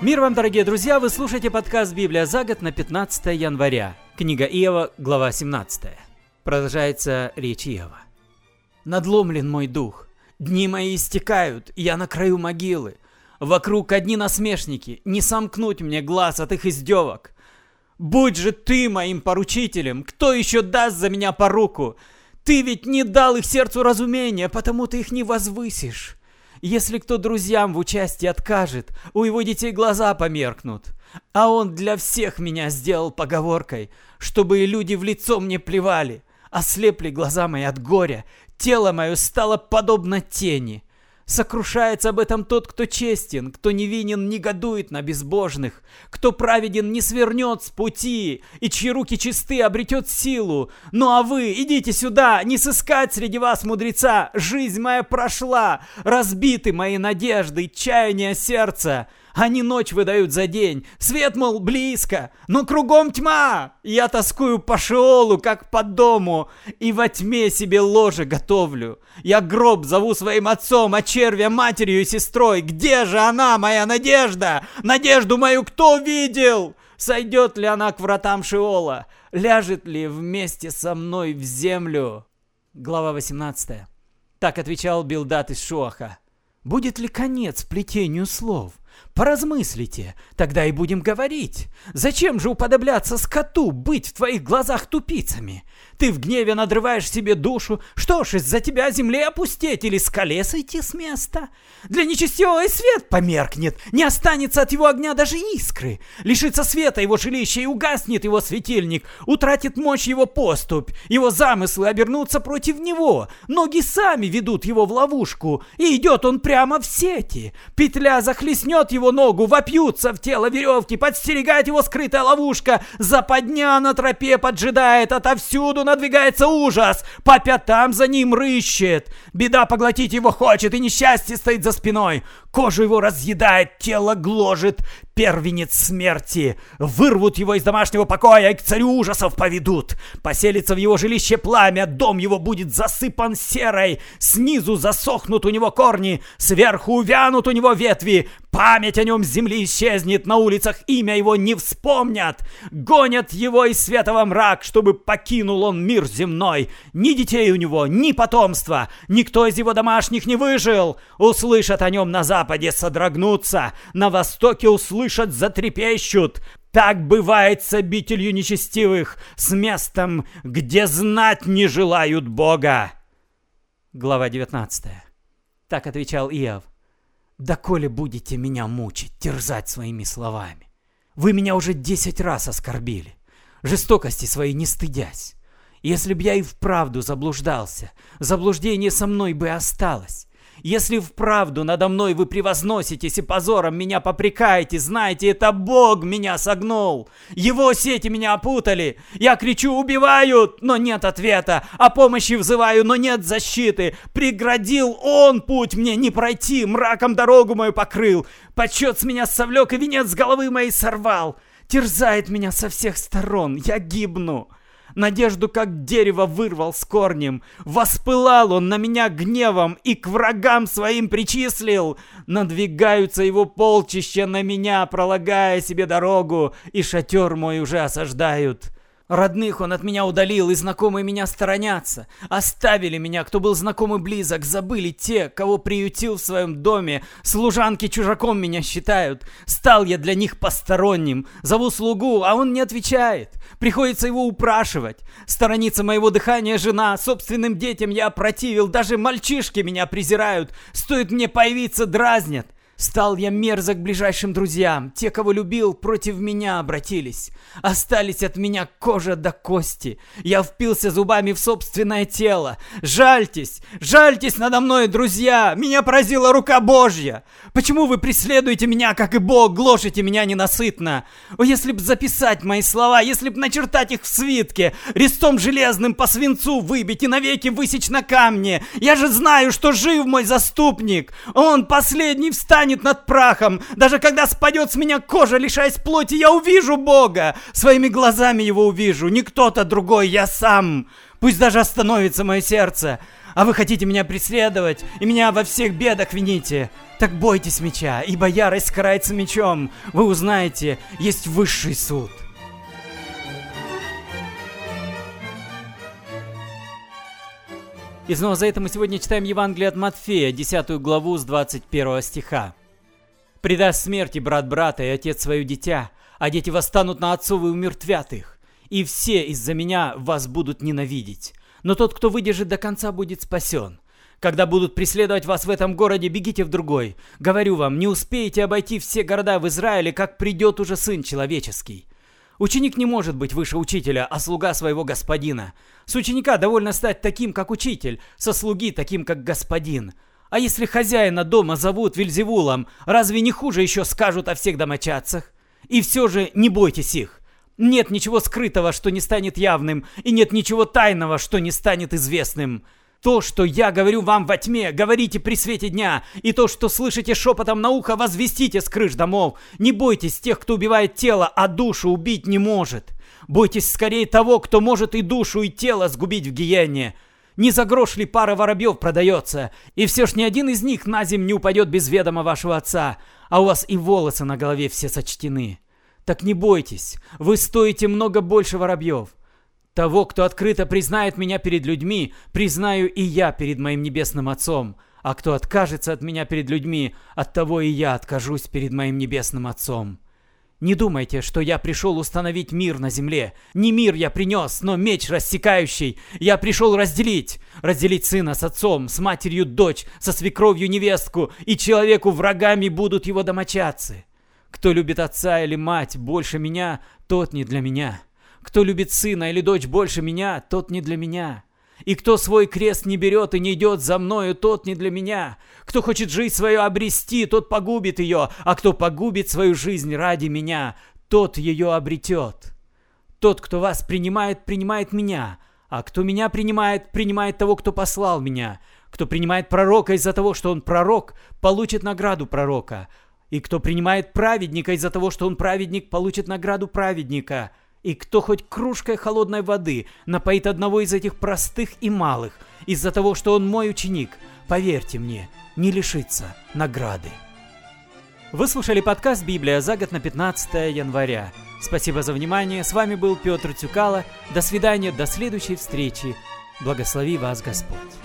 Мир вам, дорогие друзья! Вы слушаете подкаст «Библия за год» на 15 января. Книга Иова, глава 17. Продолжается речь Иова. «Надломлен мой дух, дни мои истекают, я на краю могилы. Вокруг одни насмешники, не сомкнуть мне глаз от их издевок. Будь же ты моим поручителем, кто еще даст за меня поруку? Ты ведь не дал их сердцу разумения, потому ты их не возвысишь. Если кто друзьям в участии откажет, у его детей глаза померкнут. А он для всех меня сделал поговоркой, чтобы и люди в лицо мне плевали. Ослепли глаза мои от горя, тело мое стало подобно тени. Сокрушается об этом тот, кто честен, кто невинен, негодует на безбожных, кто праведен, не свернет с пути, и чьи руки чисты, обретет силу. Ну а вы, идите сюда, не сыскать среди вас мудреца, жизнь моя прошла, разбиты мои надежды, чаяния сердца. Они ночь выдают за день, свет, мол, близко, но кругом тьма. Я тоскую по Шеолу, как по дому, и во тьме себе ложе готовлю. Я гроб зову своим отцом, а червя матерью и сестрой. Где же она, моя надежда? Надежду мою кто видел? Сойдет ли она к вратам Шеола? Ляжет ли вместе со мной в землю?» Глава 18. Так отвечал Билдад из Шуаха. «Будет ли конец плетению слов? Поразмыслите, тогда и будем говорить. Зачем же уподобляться скоту, быть в твоих глазах тупицами? Ты в гневе надрываешь себе душу. Что ж, из-за тебя земле опустеть или скале сойти с места? Для нечестивого и свет померкнет, не останется от его огня даже искры. Лишится света его жилище и угаснет его светильник, утратит мощь его поступь, его замыслы обернутся против него. Ноги сами ведут его в ловушку, и идет он прямо в сети. Петля захлестнет его ногу, вопьются в тело веревки, подстерегает его скрытая ловушка. Западня на тропе поджидает, отовсюду надвигается ужас, по пятам за ним рыщет. Беда поглотить его хочет, и несчастье стоит за спиной. Кожу его разъедает, тело гложет первенец смерти. Вырвут его из домашнего покоя и к царю ужасов поведут. Поселится в его жилище пламя, дом его будет засыпан серой. Снизу засохнут у него корни, сверху увянут у него ветви. Память о нем с земли исчезнет, на улицах имя его не вспомнят. Гонят его из света во мрак, чтобы покинул он мир земной. Ни детей у него, ни потомства, никто из его домашних не выжил. Услышат о нем на западе, содрогнутся, на востоке услышат, затрепещут. Так бывает с обителью нечестивых, с местом, где знать не желают Бога». Глава 19. Так отвечал Иов. «Доколе будете меня мучить, терзать своими словами? Вы меня уже 10 раз оскорбили, жестокости своей не стыдясь. Если б я и вправду заблуждался, заблуждение со мной бы осталось. Если вправду надо мной вы превозноситесь и позором меня попрекаете, знайте, это Бог меня согнул. Его сети меня опутали. Я кричу: убивают, но нет ответа. О помощи взываю, но нет защиты. Преградил он путь мне не пройти, мраком дорогу мою покрыл. Почет с меня совлек и венец с головы моей сорвал. Терзает меня со всех сторон, я гибну. Надежду как дерево вырвал с корнем. Воспылал он на меня гневом и к врагам своим причислил. Надвигаются его полчища на меня, пролагая себе дорогу, и шатер мой уже осаждают. Родных он от меня удалил, и знакомые меня сторонятся. Оставили меня, кто был знаком и близок, забыли те, кого приютил в своем доме. Служанки чужаком меня считают. Стал я для них посторонним. Зову слугу, а он не отвечает. Приходится его упрашивать. Сторонится моего дыхания жена, собственным детям я опротивил. Даже мальчишки меня презирают. Стоит мне появиться, дразнят. Стал я мерзок ближайшим друзьям. Те, кого любил, против меня обратились. Остались от меня кожа до кости. Я впился зубами в собственное тело. Жальтесь, жальтесь надо мной, друзья. Меня поразила рука Божья. Почему вы преследуете меня, как и Бог, гложете меня ненасытно? О, если б записать мои слова, если б начертать их в свитке, резцом железным по свинцу выбить и навеки высечь на камне. Я же знаю, что жив мой заступник. Он последний встанет над прахом. Даже когда спадет с меня кожа, лишаясь плоти, я увижу Бога. Своими глазами его увижу. Не кто-то другой, я сам. Пусть даже остановится мое сердце. А вы хотите меня преследовать и меня во всех бедах вините. Так бойтесь меча, ибо ярость карается мечом. Вы узнаете, есть высший суд. И снова за это мы сегодня читаем Евангелие от Матфея, 10 главу с 21 стиха. «Предаст смерти брат брата и отец свое дитя, а дети восстанут на отцов и умертвят их. И все из-за меня вас будут ненавидеть. Но тот, кто выдержит до конца, будет спасен. Когда будут преследовать вас в этом городе, бегите в другой. Говорю вам, не успеете обойти все города в Израиле, как придет уже Сын Человеческий». Ученик не может быть выше учителя, а слуга своего господина. С ученика довольно стать таким, как учитель, со слуги таким, как господин. А если хозяина дома зовут Вельзевулом, разве не хуже еще скажут о всех домочадцах? И все же не бойтесь их. Нет ничего скрытого, что не станет явным, и нет ничего тайного, что не станет известным. То, что я говорю вам во тьме, говорите при свете дня, и то, что слышите шепотом на ухо, возвестите с крыш домов. Не бойтесь тех, кто убивает тело, а душу убить не может. Бойтесь скорее того, кто может и душу, и тело сгубить в гиенне. Не за грош ли пара воробьев продается, и все ж ни один из них на земь не упадет без ведома вашего отца, а у вас и волосы на голове все сочтены. Так не бойтесь, вы стоите много больше воробьев. Того, кто открыто признает меня перед людьми, признаю и я перед моим небесным Отцом. А кто откажется от меня перед людьми, от того и я откажусь перед моим небесным Отцом. Не думайте, что я пришел установить мир на земле. Не мир я принес, но меч рассекающий. Я пришел разделить сына с отцом, с матерью дочь, со свекровью невестку, и человеку врагами будут его домочадцы. Кто любит отца или мать больше меня, тот не для меня. Кто любит сына или дочь больше меня, тот не для меня. И кто свой крест не берет и не идет за мною, тот не для меня. Кто хочет жизнь свою обрести, тот погубит ее, а кто погубит свою жизнь ради меня, тот ее обретет. Тот, кто вас принимает, принимает меня, а кто меня принимает, принимает того, кто послал меня. Кто принимает пророка из-за того, что он пророк, получит награду пророка. И кто принимает праведника из-за того, что он праведник, получит награду праведника. И кто хоть кружкой холодной воды напоит одного из этих простых и малых, из-за того, что он мой ученик, поверьте мне, не лишится награды. Вы слушали подкаст «Библия за год» на 15 января. Спасибо за внимание. С вами был Петр Тюкало. До свидания, до следующей встречи. Благослови вас Господь.